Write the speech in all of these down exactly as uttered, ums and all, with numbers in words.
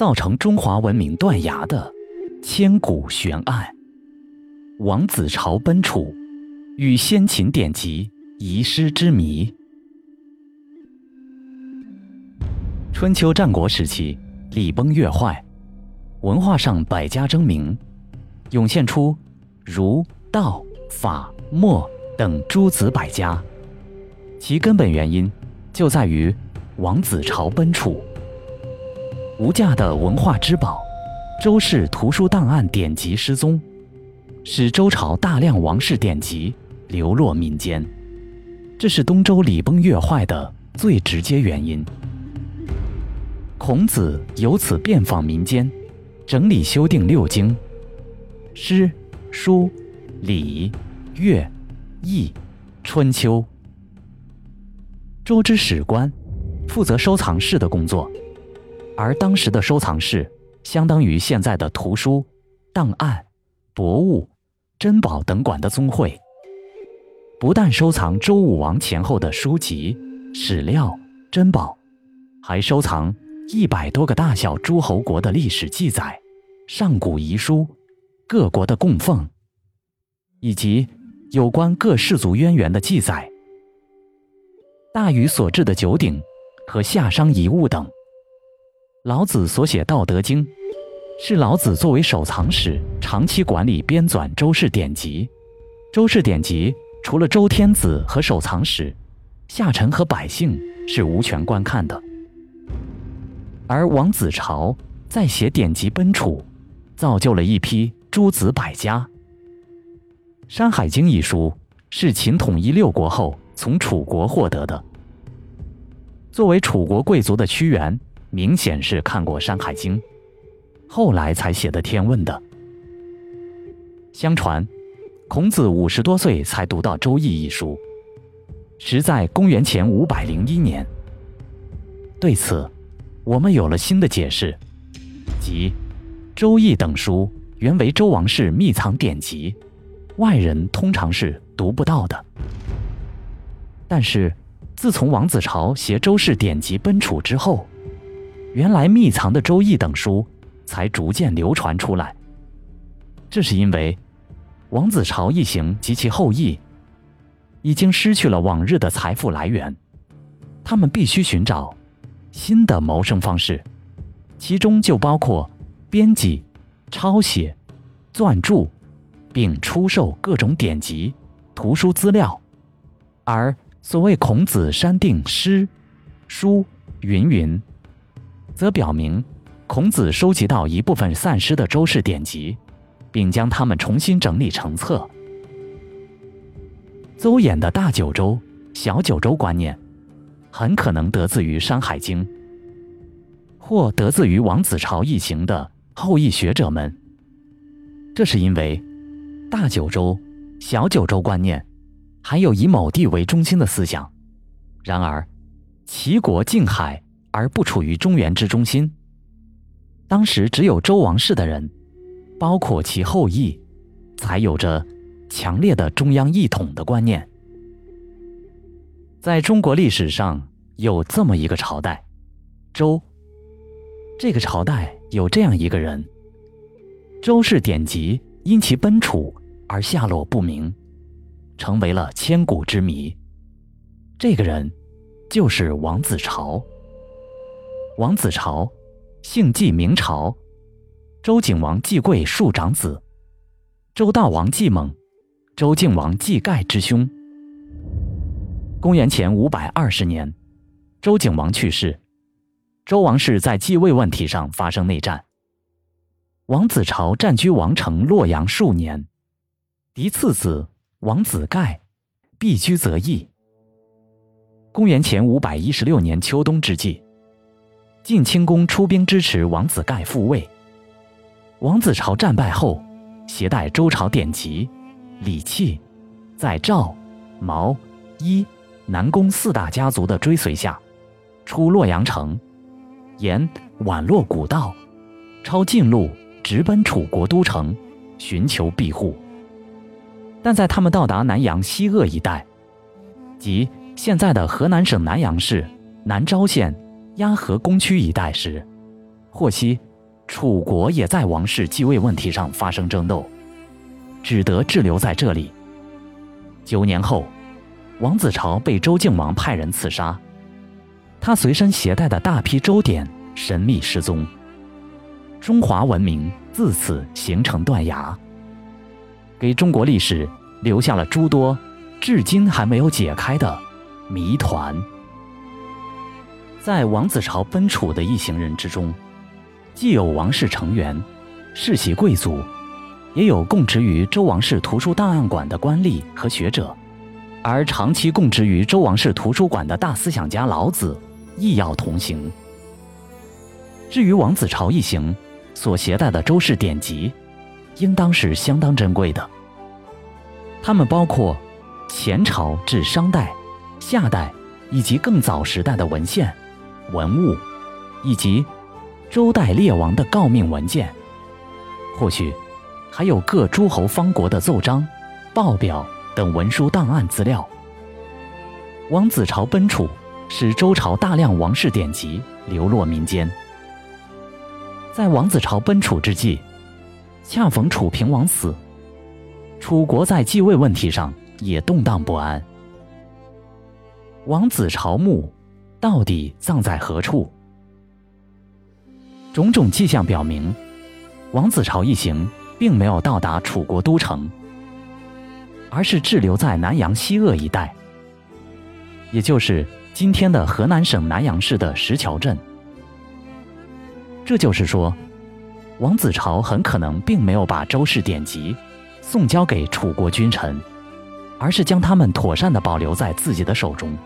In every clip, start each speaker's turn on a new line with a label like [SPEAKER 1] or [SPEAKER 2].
[SPEAKER 1] 造成中华文明断崖的千古悬案——王子朝奔楚与先秦典籍遗失之谜。春秋战国时期，礼崩乐坏，文化上百家争鸣，涌现出儒、道、法、墨等诸子百家。其根本原因就在于王子朝奔楚。无价的文化之宝周氏图书档案典籍失踪，使周朝大量王室典籍流落民间，这是东周礼崩乐坏的最直接原因。孔子由此遍访民间，整理修订六经：诗、书、礼、乐、易、春秋。周之史官负责收藏室的工作，而当时的收藏室相当于现在的图书、档案、博物、珍宝等馆的综会，不但收藏周武王前后的书籍、史料、珍宝，还收藏一百多个大小诸侯国的历史记载、上古遗书、各国的供奉，以及有关各氏族渊源的记载。大禹所制的九鼎和夏商遗物等，老子所写《道德经》，是老子作为守藏使长期管理编纂周氏典籍。周氏典籍除了周天子和守藏使，下臣和百姓是无权观看的。而王子朝在写典籍奔楚，造就了一批诸子百家。《山海经》一书是秦统一六国后从楚国获得的。作为楚国贵族的屈原，明显是看过《山海经》，后来才写的《天问》的。相传，孔子五十多岁才读到《周易》一书，时在公元前五百零一年。对此，我们有了新的解释，即《周易》等书原为周王室秘藏典籍，外人通常是读不到的。但是自从王子朝携周氏典籍奔楚之后，原来秘藏的《周易》等书才逐渐流传出来。这是因为王子朝一行及其后裔已经失去了往日的财富来源，他们必须寻找新的谋生方式，其中就包括编辑、抄写、撰著，并出售各种典籍、图书资料。而所谓孔子删定诗、书云云，则表明孔子收集到一部分散失的周氏典籍，并将它们重新整理成册。邹衍的大九州、小九州观念很可能得自于《山海经》，或得自于王子朝一行的后裔学者们。这是因为大九州、小九州观念还有以某地为中心的思想，然而齐国近海而不处于中原之中心。当时只有周王室的人，包括其后裔，才有着强烈的中央一统的观念。在中国历史上有这么一个朝代，周。这个朝代有这样一个人，周氏典籍因其奔楚而下落不明，成为了千古之谜。这个人就是王子朝。王子朝姓季名朝，周景王季贵庶长子，周悼王季猛、周敬王季盖之兄。公元前五百二十年，周景王去世，周王室在继位问题上发生内战。王子朝占据王城洛阳数年，嫡次子王子盖避居择邑。公元前五百一十六年秋冬之际，晋清公出兵支持王子盖复位。王子朝战败后，携带周朝典籍、礼器，在赵、毛、伊、南宫四大家族的追随下，出洛阳城，沿宛洛古道，抄近路，直奔楚国都城，寻求庇护。但在他们到达南阳西鄂一带，即现在的河南省南阳市南昭县鸭河宫区一带时，获悉楚国也在王室继位问题上发生争斗，只得滞留在这里。九年后，王子朝被周敬王派人刺杀，他随身携带的大批周典神秘失踪，中华文明自此形成断崖，给中国历史留下了诸多至今还没有解开的谜团。在王子朝奔楚的一行人之中，既有王室成员、世袭贵族，也有供职于周王室图书档案馆的官吏和学者，而长期供职于周王室图书馆的大思想家老子亦要同行。至于王子朝一行所携带的周氏典籍，应当是相当珍贵的。它们包括前朝至商代、夏代以及更早时代的文献、文物，以及周代列王的诰命文件，或许还有各诸侯方国的奏章、报表等文书档案资料。王子朝奔楚，使周朝大量王室典籍流落民间。在王子朝奔楚之际，恰逢楚平王死，楚国在继位问题上也动荡不安。王子朝墓到底葬在何处？种种迹象表明，王子朝一行并没有到达楚国都城，而是滞留在南阳西鄂一带，也就是今天的河南省南阳市的石桥镇。这就是说，王子朝很可能并没有把周氏典籍送交给楚国君臣，而是将它们妥善地保留在自己的手中。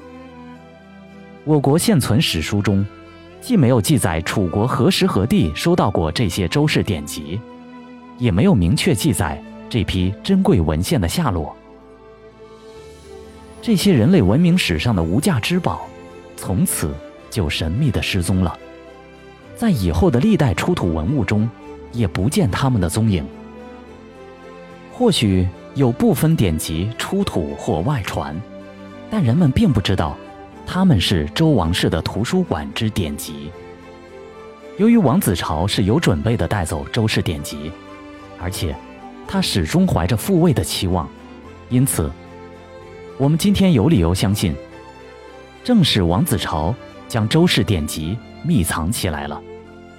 [SPEAKER 1] 我国现存史书中，既没有记载楚国何时何地收到过这些周氏典籍，也没有明确记载这批珍贵文献的下落。这些人类文明史上的无价之宝，从此就神秘地失踪了，在以后的历代出土文物中，也不见他们的踪影。或许有部分典籍出土或外传，但人们并不知道他们是周王室的图书馆之典籍。由于王子朝是有准备地带走周氏典籍，而且他始终怀着复位的期望，因此我们今天有理由相信，正是王子朝将周氏典籍密藏起来了。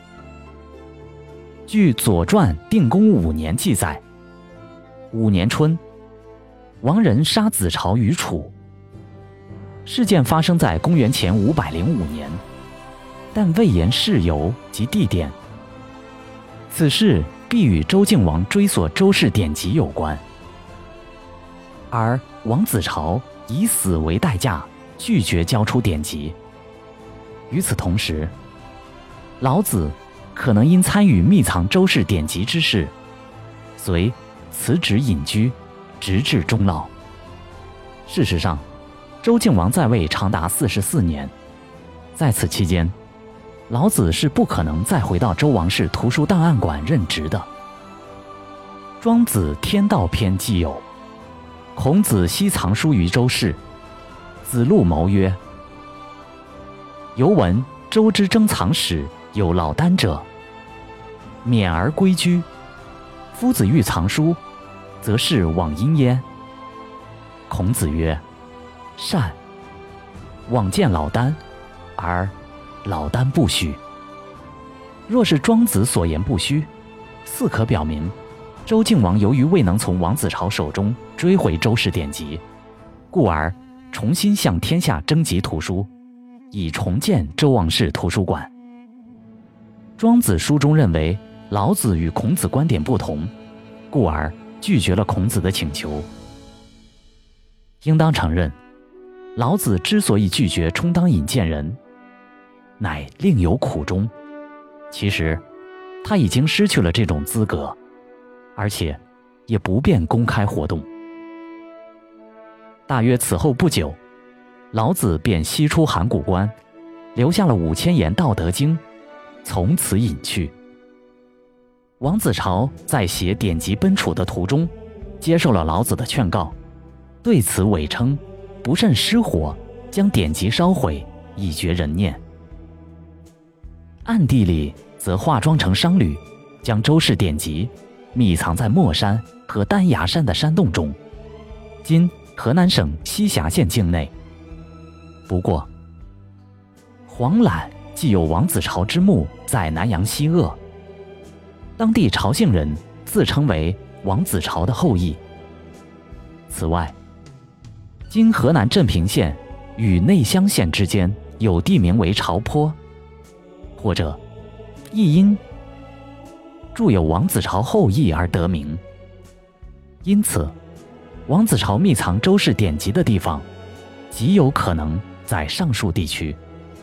[SPEAKER 1] 据《左传》定公五年记载，五年春，王人杀子朝于楚。事件发生在公元前五百零五年，但未言事由及地点。此事必与周敬王追索周氏典籍有关。而王子朝以死为代价，拒绝交出典籍。与此同时，老子可能因参与密藏周氏典籍之事，遂辞职隐居，直至终老。事实上，周敬王在位长达四十四年，在此期间，老子是不可能再回到周王室图书档案馆任职的。庄子《天道篇》记有：孔子昔藏书于周室，子路谋曰：犹闻周之珍藏史有老聃者，免而归居。夫子欲藏书，则是往因焉。孔子曰：善。往见老聃，而老聃不虚。若是庄子所言不虚，似可表明周敬王由于未能从王子朝手中追回周氏典籍，故而重新向天下征集图书，以重建周王室图书馆。庄子书中认为老子与孔子观点不同，故而拒绝了孔子的请求。应当承认，老子之所以拒绝充当引荐人，乃另有苦衷。其实他已经失去了这种资格，而且也不便公开活动。大约此后不久，老子便西出函谷关，留下了五千言《道德经》，从此隐去。王子朝在携典籍奔楚的途中，接受了老子的劝告，对此伪称不慎失火，将典籍烧毁，以绝人念。暗地里则化妆成商旅，将周氏典籍密藏在莫山和丹崖山的山洞中，今河南省栖霞县境内。不过，黄览既有王子朝之墓在南阳西鄂，当地潮姓人自称为王子朝的后裔。此外，今河南镇平县与内乡县之间有地名为潮坡，或者亦因著有王子朝后裔而得名。因此，王子朝密藏周氏典籍的地方极有可能在上述地区。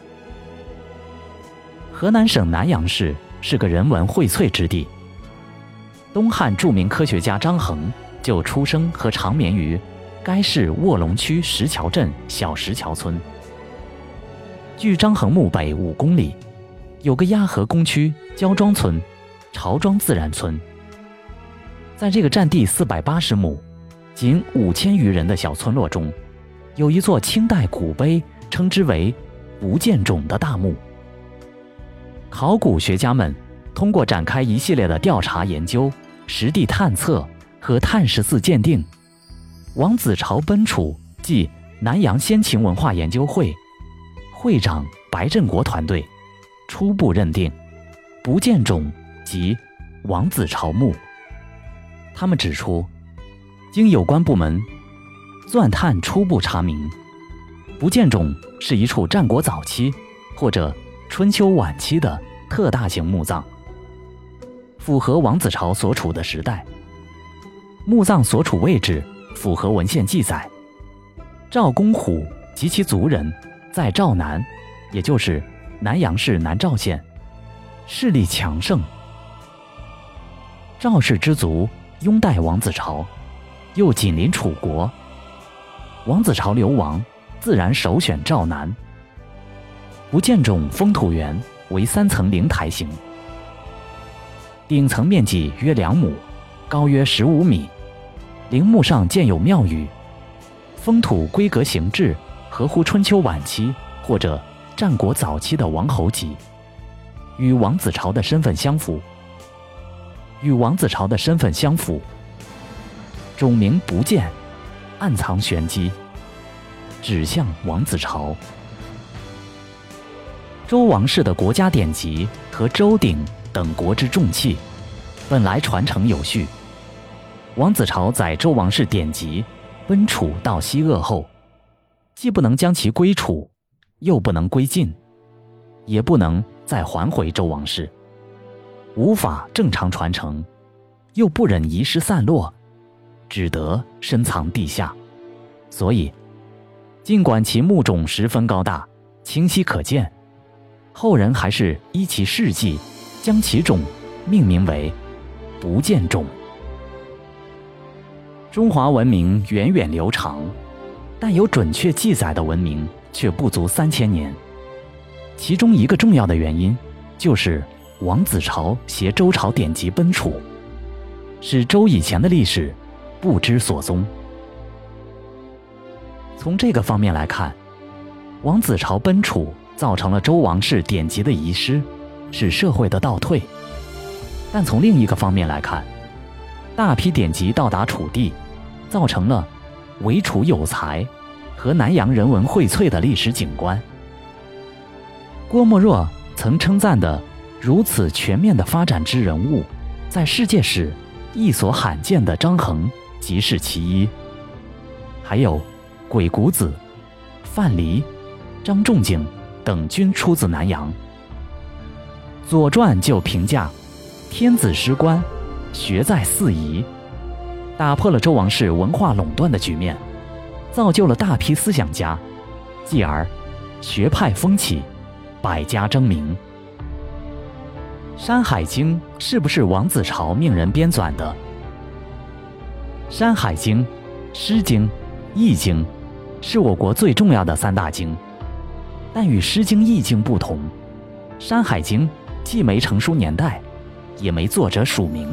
[SPEAKER 1] 河南省南阳市是个人文荟萃之地，东汉著名科学家张衡就出生和长眠于该市卧龙区石桥镇小石桥村。距张衡墓北五公里，有个鸭河工区焦庄村、朝庄自然村。在这个占地四百八十亩、仅五千余人的小村落中，有一座清代古碑，称之为不见冢的大墓。考古学家们通过展开一系列的调查研究、实地探测和碳十四鉴定，王子朝奔楚即南阳先秦文化研究会会长白振国团队初步认定不见冢即王子朝墓。他们指出，经有关部门钻探初步查明，不见冢是一处战国早期或者春秋晚期的特大型墓葬，符合王子朝所处的时代。墓葬所处位置符合文献记载，赵公虎及其族人在赵南，也就是南阳市南赵县，势力强盛。赵氏之族拥戴王子朝，又紧邻楚国，王子朝流亡，自然首选赵南。不见冢封土原为三层灵台形，顶层面积约两亩，高约十五米。陵墓上建有庙宇，封土规格形制合乎春秋晚期或者战国早期的王侯级，与王子朝的身份相符。与王子朝的身份相符，冢名不见，暗藏玄机，指向王子朝。周王室的国家典籍和周鼎等国之重器，本来传承有序。王子朝在周王室典籍奔楚到西鄂后，既不能将其归楚，又不能归晋，也不能再还回周王室，无法正常传承，又不忍遗失散落，只得深藏地下。所以，尽管其墓冢十分高大，清晰可见，后人还是依其事迹，将其冢命名为不见冢。中华文明源远流长，但有准确记载的文明却不足三千年。其中一个重要的原因，就是王子朝携周朝典籍奔楚，使周以前的历史不知所踪。从这个方面来看，王子朝奔楚造成了周王室典籍的遗失，是社会的倒退。但从另一个方面来看，大批典籍到达楚地，造成了唯楚有才和南阳人文荟萃的历史景观。郭沫若曾称赞的如此全面的发展之人物，在世界史亦所罕见的张衡即是其一。还有鬼谷子、范蠡、张仲景等均出自南阳。《左传》就评价天子失官，学在四夷，打破了周王室文化垄断的局面，造就了大批思想家，继而学派风起，百家争鸣。《山海经》是不是王子朝命人编纂的？《山海经》、《诗经》、《易经》是我国最重要的三大经，但与《诗经》《易经》不同，《山海经》既没成书年代，也没作者署名。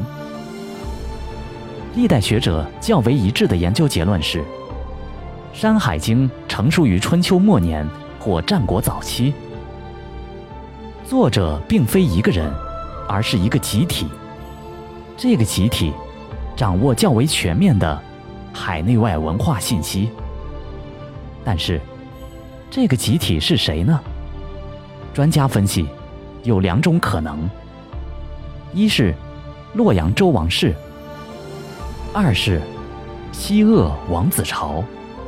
[SPEAKER 1] 历代学者较为一致的研究结论是，《山海经》成书于春秋末年或战国早期，作者并非一个人， 而是一个集体。这个集体掌握较为全面的海内外文化信息。但是，这个集体是谁呢？专家分析，有两种可能：一是洛阳周王室，二是西鄂王子朝。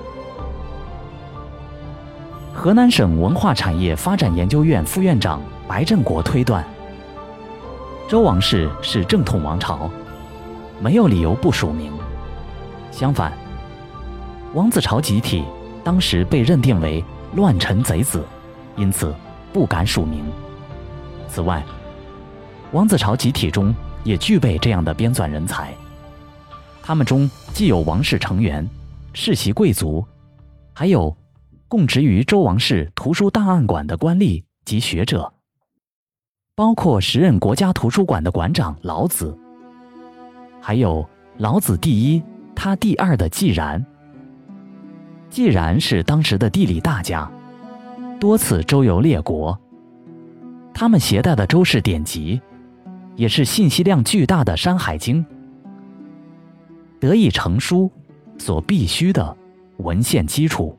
[SPEAKER 1] 河南省文化产业发展研究院副院长白振国推断，周王室是正统王朝，没有理由不署名。相反，王子朝集体当时被认定为乱臣贼子，因此不敢署名。此外，王子朝集体中也具备这样的编纂人才，他们中既有王室成员、世袭贵族，还有供职于周王室图书档案馆的官吏及学者，包括时任国家图书馆的馆长老子，还有老子第一、他第二的季然。季然是当时的地理大家，多次周游列国，他们携带的周氏典籍，也是信息量巨大的《山海经》，得以成书所必须的文献基础。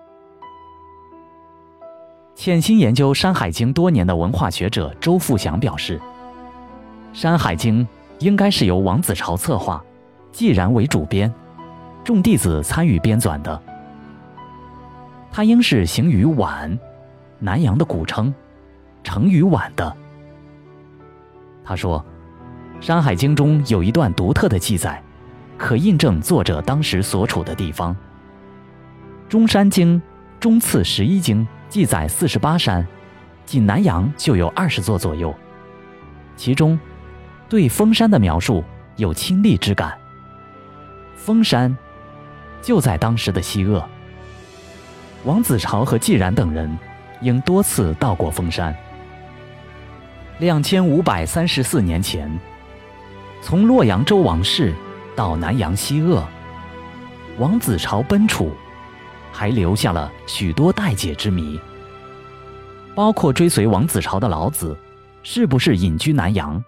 [SPEAKER 1] 潜心研究《山海经》多年的文化学者周富祥表示，《山海经》应该是由王子朝策划，季然为主编，众弟子参与编纂的。它应是行于宛，南阳的古称，成于宛的。他说，《山海经》中有一段独特的记载，可印证作者当时所处的地方。中山经中次十一经记载四十八山，仅南阳就有二十座左右，其中对封山的描述有亲历之感。封山就在当时的西鄂，王子朝和季然等人应多次到过封山。两千五百三十四年前，从洛阳周王室到南阳西鄂，王子朝奔楚，还留下了许多待解之谜，包括追随王子朝的老子是不是隐居南阳？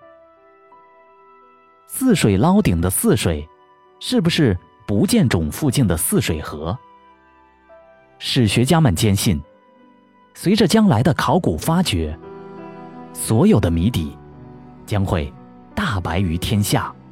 [SPEAKER 1] 泗水捞鼎的泗水是不是不见种附近的泗水河？史学家们坚信，随着将来的考古发掘，所有的谜底将会大白于天下。